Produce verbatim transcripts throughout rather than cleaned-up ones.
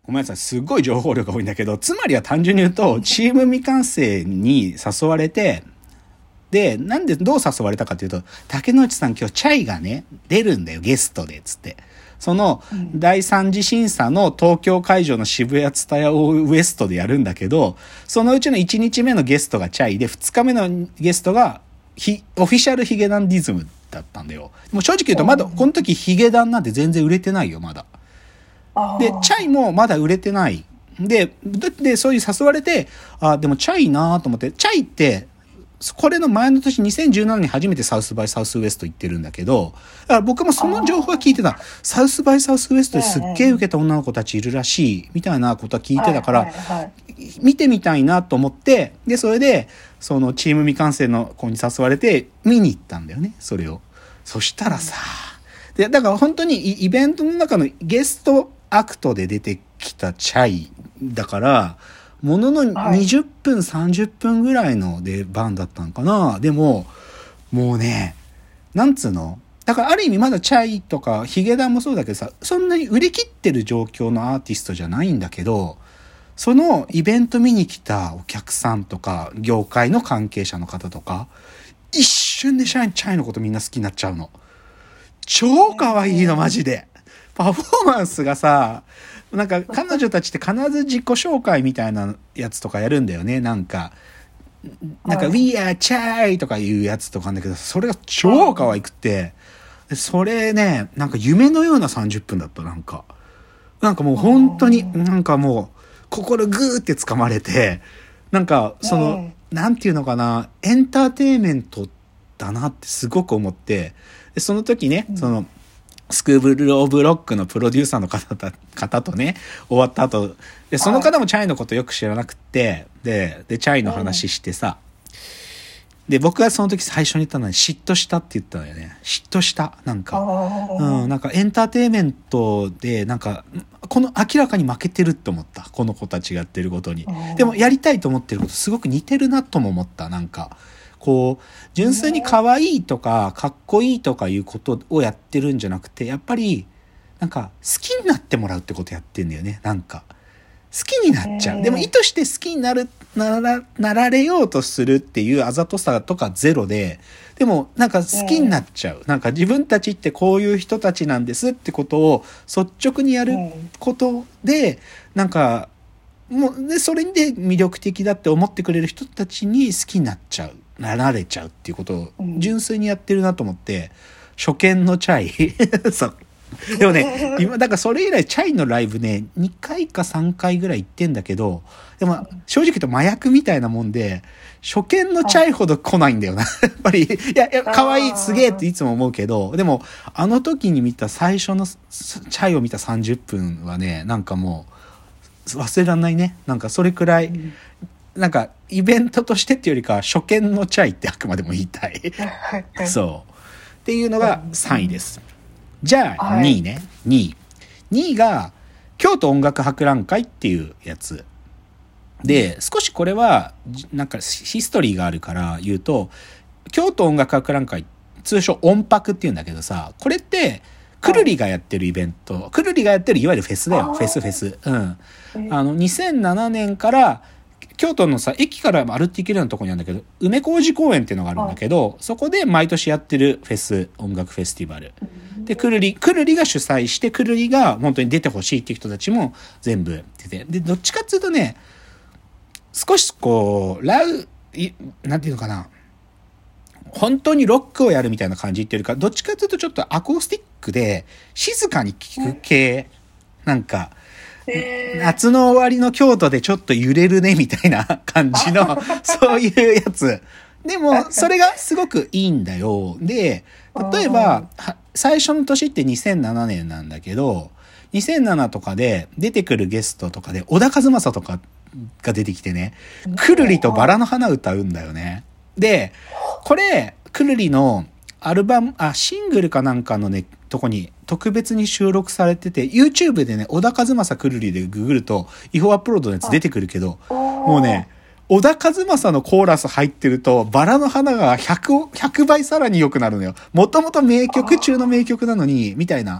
ごめんなさい、すっごい情報量が多いんだけど、つまりは単純に言うと、チーム未完成に誘われて、で、なんでどう誘われたかというと、竹野内さん今日チャイがね、出るんだよ、ゲストで、つって。その、第三次審査の東京会場の渋谷ツタヤウエストでやるんだけど、そのうちのいちにちめのゲストがチャイで、ふつかめのゲストが、ひ、オフィシャルヒゲダンディズムだったんだよ。もう正直言うとまだ、この時ヒゲダンなんて全然売れてないよ、まだ。で、チャイもまだ売れてない。で、で、そういう誘われて、あ、でもチャイなと思って、チャイって、これの前の年にせんじゅうななねんに初めてサウスバイサウスウエスト行ってるんだけど、だから僕もその情報は聞いてた。サウスバイサウスウエストですっげえ受けた女の子たちいるらしい、みたいなことは聞いてたから、見てみたいなと思って、で、それで、そのチーム未完成の子に誘われて、見に行ったんだよね、それを。そしたらさ、で、だから本当にイベントの中のゲストアクトで出てきたチャイだから、もののにじゅっぷん、さんじゅっぷんぐらいの出番だったのかな。でも、もうね、なんつうの？だからある意味まだチャイとかヒゲダンもそうだけどさ、そんなに売り切ってる状況のアーティストじゃないんだけど、そのイベント見に来たお客さんとか、業界の関係者の方とか、一瞬でチャイ、チャイのことみんな好きになっちゃうの。超可愛いの、マジで。パフォーマンスがさ、なんか彼女たちって必ず自己紹介みたいなやつとかやるんだよね。なんか、なんか、We are Chai とかいうやつとかなんだけど、それが超可愛くて、それね、なんか夢のようなさんじゅっぷんだった、なんか。なんかもう本当に、なんかもう、心グーって掴まれて、なんか、その、なんていうのかな、エンターテインメントだなってすごく思って、でその時ね、その、スクールオブロックのプロデューサーの方た方とね、終わった後、で、その方もチャイのことよく知らなくて、で、で、チャイの話してさ、で、僕がその時最初に言ったのは嫉妬したって言ったんだよね。嫉妬した。なんか、うん、なんかエンターテインメントで、なんか、この明らかに負けてるって思った。この子たちがやってることに。でもやりたいと思ってることすごく似てるなとも思った。なんか。こう、純粋に可愛いとか、かっこいいとかいうことをやってるんじゃなくて、やっぱり、なんか、好きになってもらうってことやってんだよね。なんか、好きになっちゃう。でも意図して好きになる、なら、なられようとするっていうあざとさとかゼロで、でもなんか好きになっちゃう。なんか自分たちってこういう人たちなんですってことを率直にやることで、なんか、もう、で、それで魅力的だって思ってくれる人たちに好きになっちゃう。なられちゃうっていうことを純粋にやってるなと思って、初見のチャイそうでもね今だからそれ以来チャイのライブねにかいかさんかいぐらい行ってんだけど、でも正直言うと麻薬みたいなもんで初見のチャイほど来ないんだよなやっぱり。いやいや可愛いすげえっていつも思うけど、でもあの時に見た最初のチャイを見たさんじゅっぷんはね、なんかもう忘れらんないね。なんかそれくらい、うんなんかイベントとしてっていうよりかは初見のチャイってあくまでも言いたいそうっていうのがさんいです。じゃあにいね、にいにいが京都音楽博覧会っていうやつで、少しこれはなんかヒストリーがあるから言うと、京都音楽博覧会通称音博っていうんだけどさ、これってくるりがやってるイベント、くるりがやってるいわゆるフェスだよ。フェスフェスうんあのにせんななねんから京都のさ、駅から歩いて行けるようなところにあるんだけど、梅小路公園っていうのがあるんだけど、そこで毎年やってるフェス、音楽フェスティバル。で、くるり、くるりが主催して、くるりが本当に出てほしいっていう人たちも全部出て。で、どっちかっていうとね、少しこう、ラウ、なんていうのかな、本当にロックをやるみたいな感じっていうか、どっちかっていうとちょっとアコースティックで、静かに聴く系、なんか、夏の終わりの京都でちょっと揺れるねみたいな感じのそういうやつでもそれがすごくいいんだよ。で例えば最初の年ってにせんななねんなんだけど、にせんななとかで出てくるゲストとかで小田和正とかが出てきてね、くるりとバラの花歌うんだよね。でこれくるりのアルバムあシングルかなんかのねとこに特別に収録されてて、 YouTube でね小田和正くるりでググると違法アップロードのやつ出てくるけど、もうね小田和正のコーラス入ってるとバラの花が ひゃく, ひゃくばいさらに良くなるのよ。もともと名曲中の名曲なのにみたいな。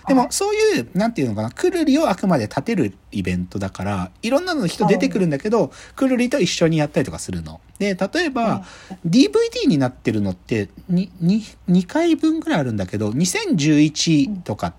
でもそういう、なんていうのかな、くるりをあくまで立てるイベントだから、いろんなの人出てくるんだけど、くるりと一緒にやったりとかするの。で、例えば、ディーブイディー になってるのってに、に、にかいぶんぐらいあるんだけど、にせんじゅういちとかって、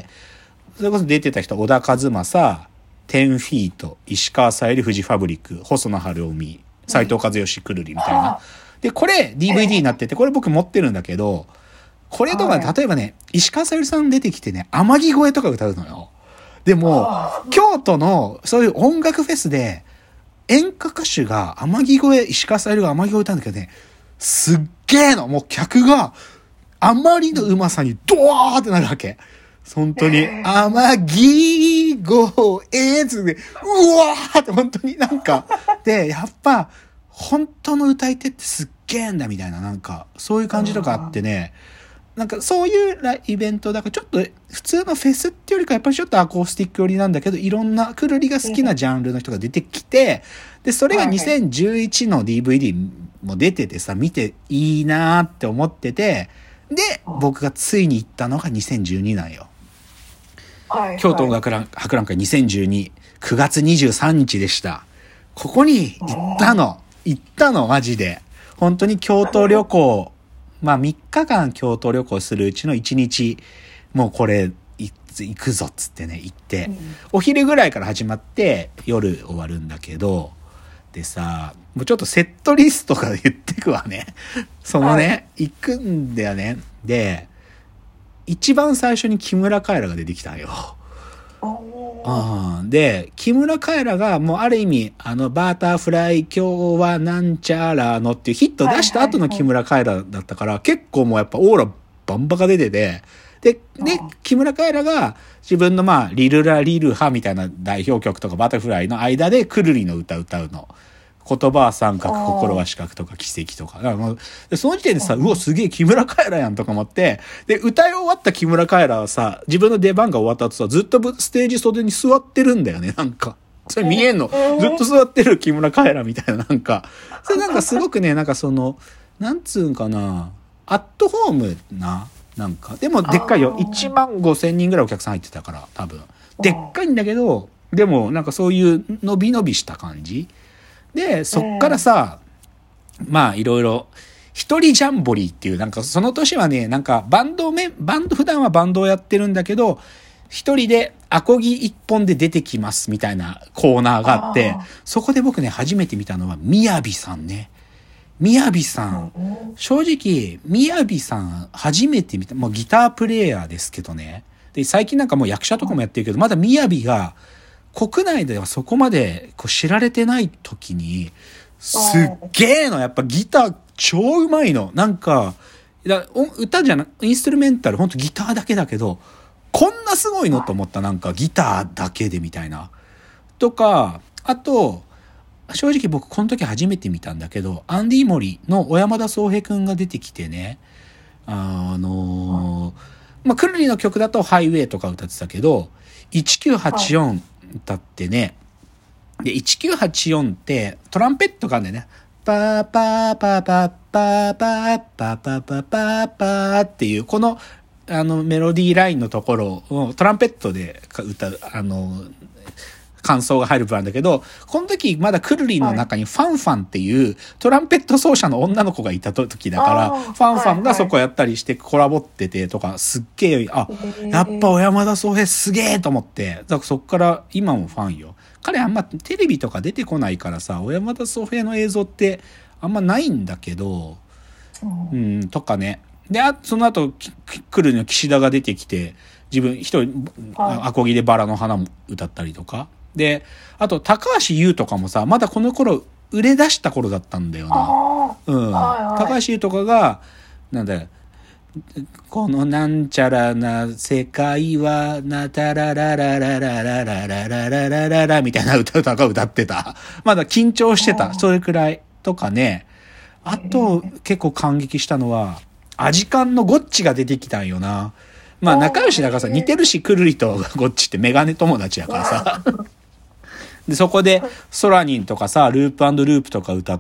それこそ出てた人、小田和正、テンフィート、石川さゆり、フジファブリック、細野晴臣、斉藤和義くるりみたいな。で、これ ディーブイディー になってて、これ僕持ってるんだけど、これとか、例えばね、石川さゆりさん出てきてね、天城越えとか歌うのよ。でも、京都のそういう音楽フェスで、演歌歌手が天城越え、石川さゆりが天城越え歌うんだけどね、すっげえの、もう客が、あまりのうまさにドワーってなるわけ。本当に、天城越えつって、うわーって本当になんか、で、やっぱ、本当の歌い手ってすっげえんだみたいな、なんか、そういう感じとかあってね、なんかそういうイベントだからちょっと普通のフェスってよりかやっぱりちょっとアコースティック寄りなんだけど、いろんなくるりが好きなジャンルの人が出てきて、でそれがにせんじゅういちの ディーブイディー も出ててさ、見ていいなーって思ってて、で僕がついに行ったのがにせんじゅうになんよ。はいはい、京都音楽博覧会にせんじゅうに、くがつにじゅうさんにちでした。ここに行ったの行ったのマジで本当に京都旅行、まあみっかかん京都旅行するうちのいちにち、もうこれ行くぞっつってね、行って、うん、お昼ぐらいから始まって夜終わるんだけど、でさ、もうちょっとセットリストから言ってくわね。そのね、はい、行くんだよね。で、一番最初に木村カエラが出てきたんよ。あで、木村カエラがもうある意味、あの、バタフライ今日はなんちゃらのっていうヒット出した後の木村カエラだったから、結構もうやっぱオーラバンバカ出てて、で、で、木村カエラが自分のまあ、リルラリルハみたいな代表曲とかバタフライの間でくるりの歌歌うの。言葉は三角、心は四角とか奇跡とか。だからもうその時点でさ、うわ、すげえ木村カエラやんとか思って、で、歌い終わった木村カエラはさ、自分の出番が終わった後さ、ずっとステージ袖に座ってるんだよね、なんか。それ見えんの。ずっと座ってる木村カエラみたいな、なんか。それなんかすごくね、なんかその、なんつうんかな、アットホームな、なんか。でもでっかいよ。いちまんごせんにんぐらいお客さん入ってたから、多分。でっかいんだけど、でもなんかそういうのびのびした感じ。で、そっからさ、まあいろいろ、一人ジャンボリーっていう、なんかその年はね、なんかバンドめ、バンド、普段はバンドをやってるんだけど、一人でアコギ一本で出てきますみたいなコーナーがあって、そこで僕ね、初めて見たのはみやびさんね。みやびさん。正直、みやびさん初めて見た、もうギタープレイヤーですけどね。で、最近なんかもう役者とかもやってるけど、まだみやびが、国内ではそこまでこう知られてない時に、すっげーの、やっぱギター超うまいの。なんか、歌じゃな、インストゥルメンタル、ほんとギターだけだけど、こんなすごいのと思った。なんかギターだけでみたいな。とか、あと、正直僕この時初めて見たんだけど、アンディ・モリの小山田宗平くんが出てきてね、あのー、まあ、くるりの曲だとハイウェイとか歌ってたけど、いちきゅうはちよん歌ってね、で、いちきゅうはちよんってトランペットがあるんだよね。パーパーパーパーパーパーパーパーパーパーパーっていう、この、あの、メロディーラインのところをトランペットで歌う、あの、感想が入る部分なんだけど、この時まだくるりの中にファンファンっていうトランペット奏者の女の子がいた時だから、ファンファンがそこやったりしてコラボっててとか、すっげえ、あ、やっぱ小山田宗平すげえと思って、だからそっから今もファンよ。彼あんまテレビとか出てこないからさ、小山田宗平の映像ってあんまないんだけど、うん、とかね。で、あ、その後、くるりの岸田が出てきて、自分一人、アコギでバラの花も歌ったりとか。で、あと、高橋優とかもさ、まだこの頃、売れ出した頃だったんだよな。うん。はいはい、高橋優とかが、なんだよ、このなんちゃらな世界は、なたらららららららららららららみたいな歌歌が歌ってた。まだ緊張してた。それくらい。とかね。あと、結構感激したのは、アジカンのゴッチが出てきたんよな。まあ仲良しだからさ、似てるし、くるりとゴッチってメガネ友達やからさ。で、そこで、ソラニンとかさ、ループ&ループとか歌って、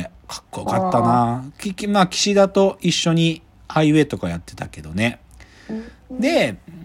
かっこよかったな。きまあ、岸田と一緒にハイウェイとかやってたけどね。で、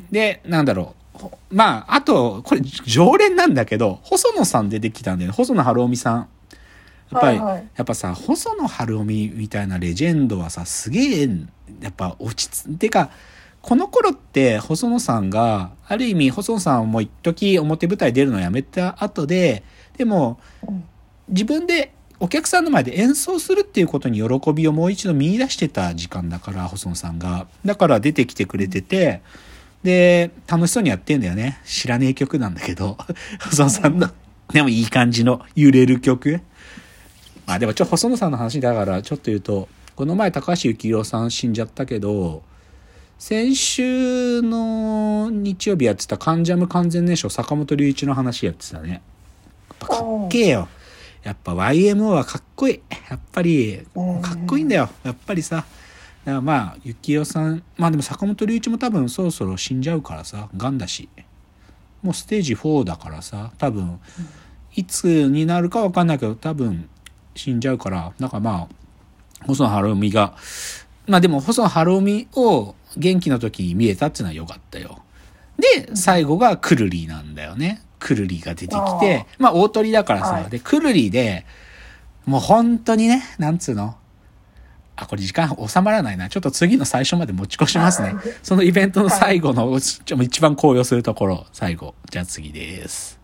で、なんだろう。まあ、あと、これ常連なんだけど、細野さん出てきたんだよね。細野晴臣さん。やっぱり、はいはい、やっぱさ、細野晴臣みたいなレジェンドはさ、すげえ、やっぱ落ち着、てか、この頃って細野さんが、ある意味細野さんも一時表舞台出るのやめた後で、でも、自分でお客さんの前で演奏するっていうことに喜びをもう一度見出してた時間だから、細野さんが。だから出てきてくれてて、で、楽しそうにやってんだよね。知らねえ曲なんだけど、細野さんの、でもいい感じの揺れる曲。まあでもちょっと細野さんの話だからちょっと言うと、この前高橋幸宏さん死んじゃったけど、先週の日曜日やってたカンジャム完全燃焼坂本龍一の話やってたね。やっぱかっけえよ。やっぱ ワイエムオー はかっこいい。やっぱりかっこいいんだよ。やっぱりさ。だからまあ幸宏さん、まあでも坂本龍一も多分そろそろ死んじゃうからさ、癌だし。もうステージフォーだからさ、多分いつになるかわかんないけど多分死んじゃうから、なんかまあ細野晴臣が、まあでも細野晴臣を元気の時に見えたっていうのは良かったよ。で最後がくるりなんだよね。くるりが出てきて、まあ大鳥だからさ、はい、でくるりでもう本当にね、なんつうの、あ、これ時間収まらないな。ちょっと次の最初まで持ち越しますね。そのイベントの最後の、はい、一番高揚するところ、最後。じゃあ次です。